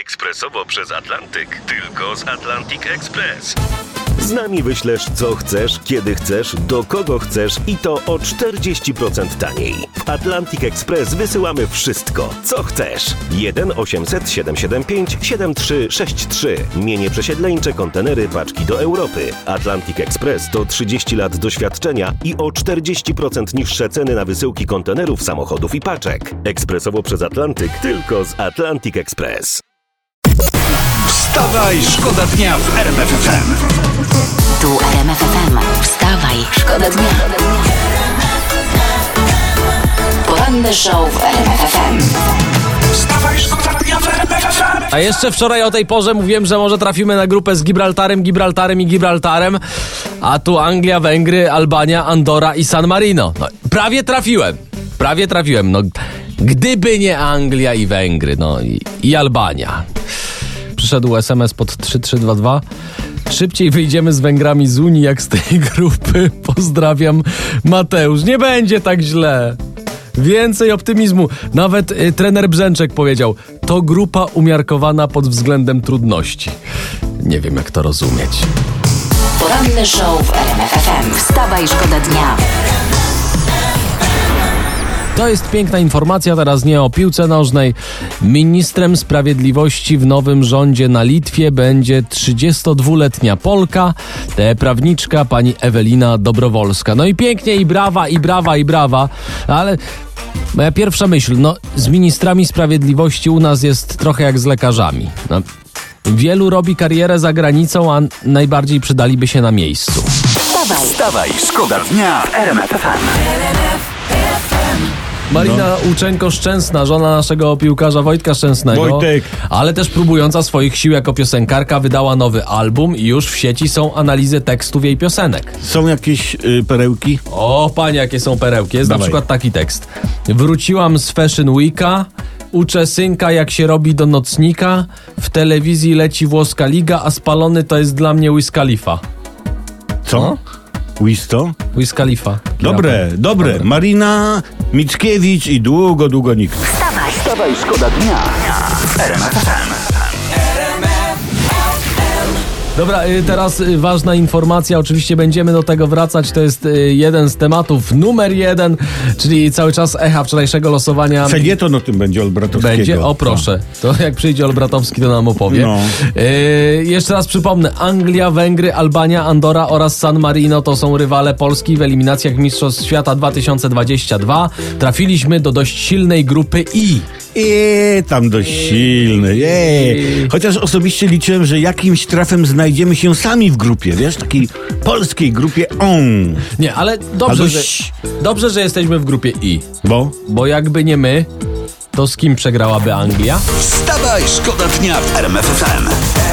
Ekspresowo przez Atlantyk. Tylko z Atlantic Express. Z nami wyślesz co chcesz, kiedy chcesz, do kogo chcesz i to o 40% taniej. W Atlantic Express wysyłamy wszystko, co chcesz. 1 800 775 7363. Mienie przesiedleńcze, kontenery, paczki do Europy. Atlantic Express to 30 lat doświadczenia i o 40% niższe ceny na wysyłki kontenerów, samochodów i paczek. Ekspresowo przez Atlantyk, tylko z Atlantic Express. Wstawaj, szkoda dnia w RMF FM. Tu RMF FM. Wstawaj, szkoda dnia. Poranny show w RMF FM. Wstawaj, szkoda dnia w RMF FM. A jeszcze wczoraj o tej porze mówiłem, że może trafimy na grupę z Gibraltarem, a tu Anglia, Węgry, Albania, Andora i San Marino. No, prawie trafiłem, no gdyby nie Anglia i Węgry, no i Albania. Przyszedł SMS pod 3322. Szybciej wyjdziemy z Węgrami z Unii jak z tej grupy. Pozdrawiam, Mateusz. Nie będzie tak źle. Więcej optymizmu. Nawet trener Brzęczek powiedział, to grupa umiarkowana pod względem trudności. Nie wiem, jak to rozumieć. Poranny show w RMF FM. Wstawaj, szkoda dnia. To jest piękna informacja, teraz nie o piłce nożnej. Ministrem sprawiedliwości w nowym rządzie na Litwie będzie 32-letnia Polka, prawniczka pani Ewelina Dobrowolska. No i pięknie, i brawa, ale moja pierwsza myśl, no z ministrami sprawiedliwości u nas jest trochę jak z lekarzami. No, wielu robi karierę za granicą, a najbardziej przydaliby się na miejscu. Wstawaj, szkoda dnia w RMF FM. Marina Uczenko-Szczęsna, żona naszego piłkarza Wojtka Szczęsnego, Wojtek, ale też próbująca swoich sił jako piosenkarka, wydała nowy album i już w sieci są analizy tekstów jej piosenek. są jakieś perełki? O, panie, jakie są perełki. Jest Dawaj. na przykład taki tekst. Wróciłam z Fashion Weeka, uczę synka jak się robi do nocnika, w telewizji leci włoska liga, a spalony to jest dla mnie Wiz Khalifa. Co? No? Wisto? Wiz Khalifa. Dobre. Marina Mickiewicz i długo nikt. Wstawaj, szkoda dnia w RMF FM. Dobra, teraz ważna informacja, oczywiście będziemy do tego wracać, to jest jeden z tematów numer 1, czyli cały czas echa wczorajszego losowania. Felieton o tym będzie Olbratowskiego. Będzie? O proszę, to jak przyjdzie Olbratowski, to nam opowie. No. Jeszcze raz przypomnę, Anglia, Węgry, Albania, Andora oraz San Marino to są rywale Polski w eliminacjach Mistrzostw Świata 2022. Trafiliśmy do dość silnej grupy I. Tam dość silny. Chociaż osobiście liczyłem, że jakimś trafem znajdziemy się sami w grupie, wiesz, takiej polskiej grupie on. Nie, ale dobrze, że jesteśmy w grupie I. Bo jakby nie my, to z kim przegrałaby Anglia? Wstawaj, szkoda dnia w RMF FM.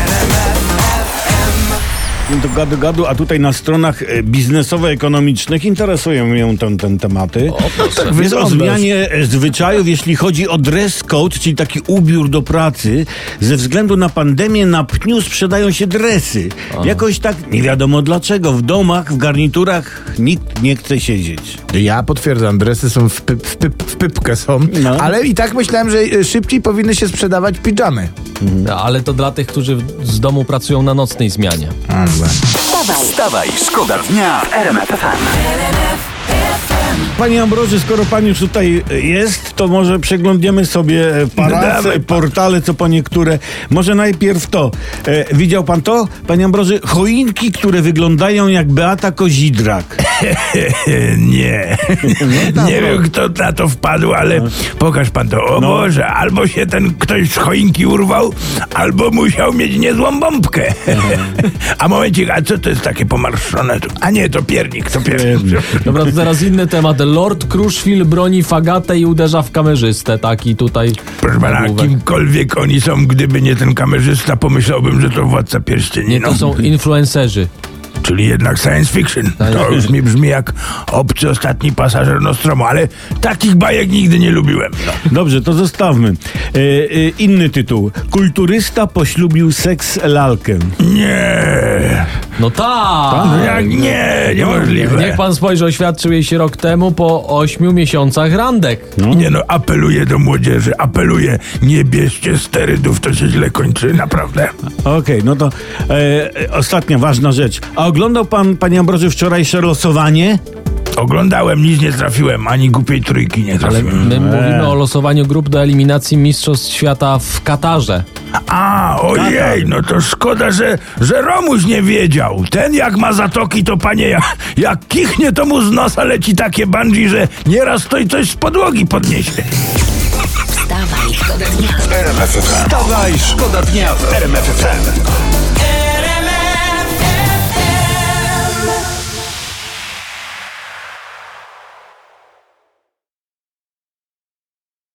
To gadu, a tutaj na stronach biznesowo-ekonomicznych interesują mnie te tematy. Jest o zmianie zwyczajów, jeśli chodzi o dress code, czyli taki ubiór do pracy. Ze względu na pandemię na pniu sprzedają się dresy. Jakoś tak, nie wiadomo dlaczego, w domach, w garniturach nikt nie chce siedzieć. Ja potwierdzam, dresy są w pypkę są, ale i tak myślałem, że szybciej powinny się sprzedawać pidżamy. Ale to dla tych, którzy z domu pracują na nocnej zmianie. Wstawaj, szkoda dnia w RMF FM. Panie Ambroży, skoro pan już tutaj jest, to może przeglądniemy sobie portale, co po niektóre. Może najpierw to. Widział pan to, panie Ambroży? Choinki, które wyglądają jak Beata Kozidrak. Nie. Nie wiem, kto na to wpadł, ale pokaż pan to. O Boże, albo się ten ktoś z choinki urwał, albo musiał mieć niezłą bombkę. A momencik, a co to jest takie pomarszczone? A nie, to piernik. Dobra, to teraz inny temat. Lord Kruszwil broni fagatę i uderza w kamerzystę. Taki tutaj... Proszę pana, kimkolwiek oni są, gdyby nie ten kamerzysta, pomyślałbym, że to Władca Pierścieni. Nie, to są influencerzy. Czyli jednak science fiction. To już mi brzmi jak obcy ostatni pasażer Nostromo, ale takich bajek nigdy nie lubiłem. Dobrze, to zostawmy. Inny tytuł. Kulturysta poślubił seks lalkę. Nie. No tak. No jak nie, niemożliwe. Niech pan spojrzy, oświadczył jej się rok temu po 8 miesiącach randek. Nie no, apeluję do młodzieży, apeluję, nie bierzcie sterydów, to się źle kończy, naprawdę. Okej, no to ostatnia ważna rzecz. A oglądał pan, panie Ambroży, wczorajsze losowanie? Oglądałem, nic nie trafiłem, ani głupiej trójki nie Ale trafiłem. my mówimy o losowaniu grup do eliminacji Mistrzostw Świata w Katarze. A, ojej, no to szkoda, że Romuś nie wiedział. Ten jak ma zatoki, to panie, jak kichnie, to mu z nosa leci takie bungee, że nieraz to i coś z podłogi podniesie. Wstawaj, szkoda dnia. Wstawaj, szkoda dnia w RMF FM.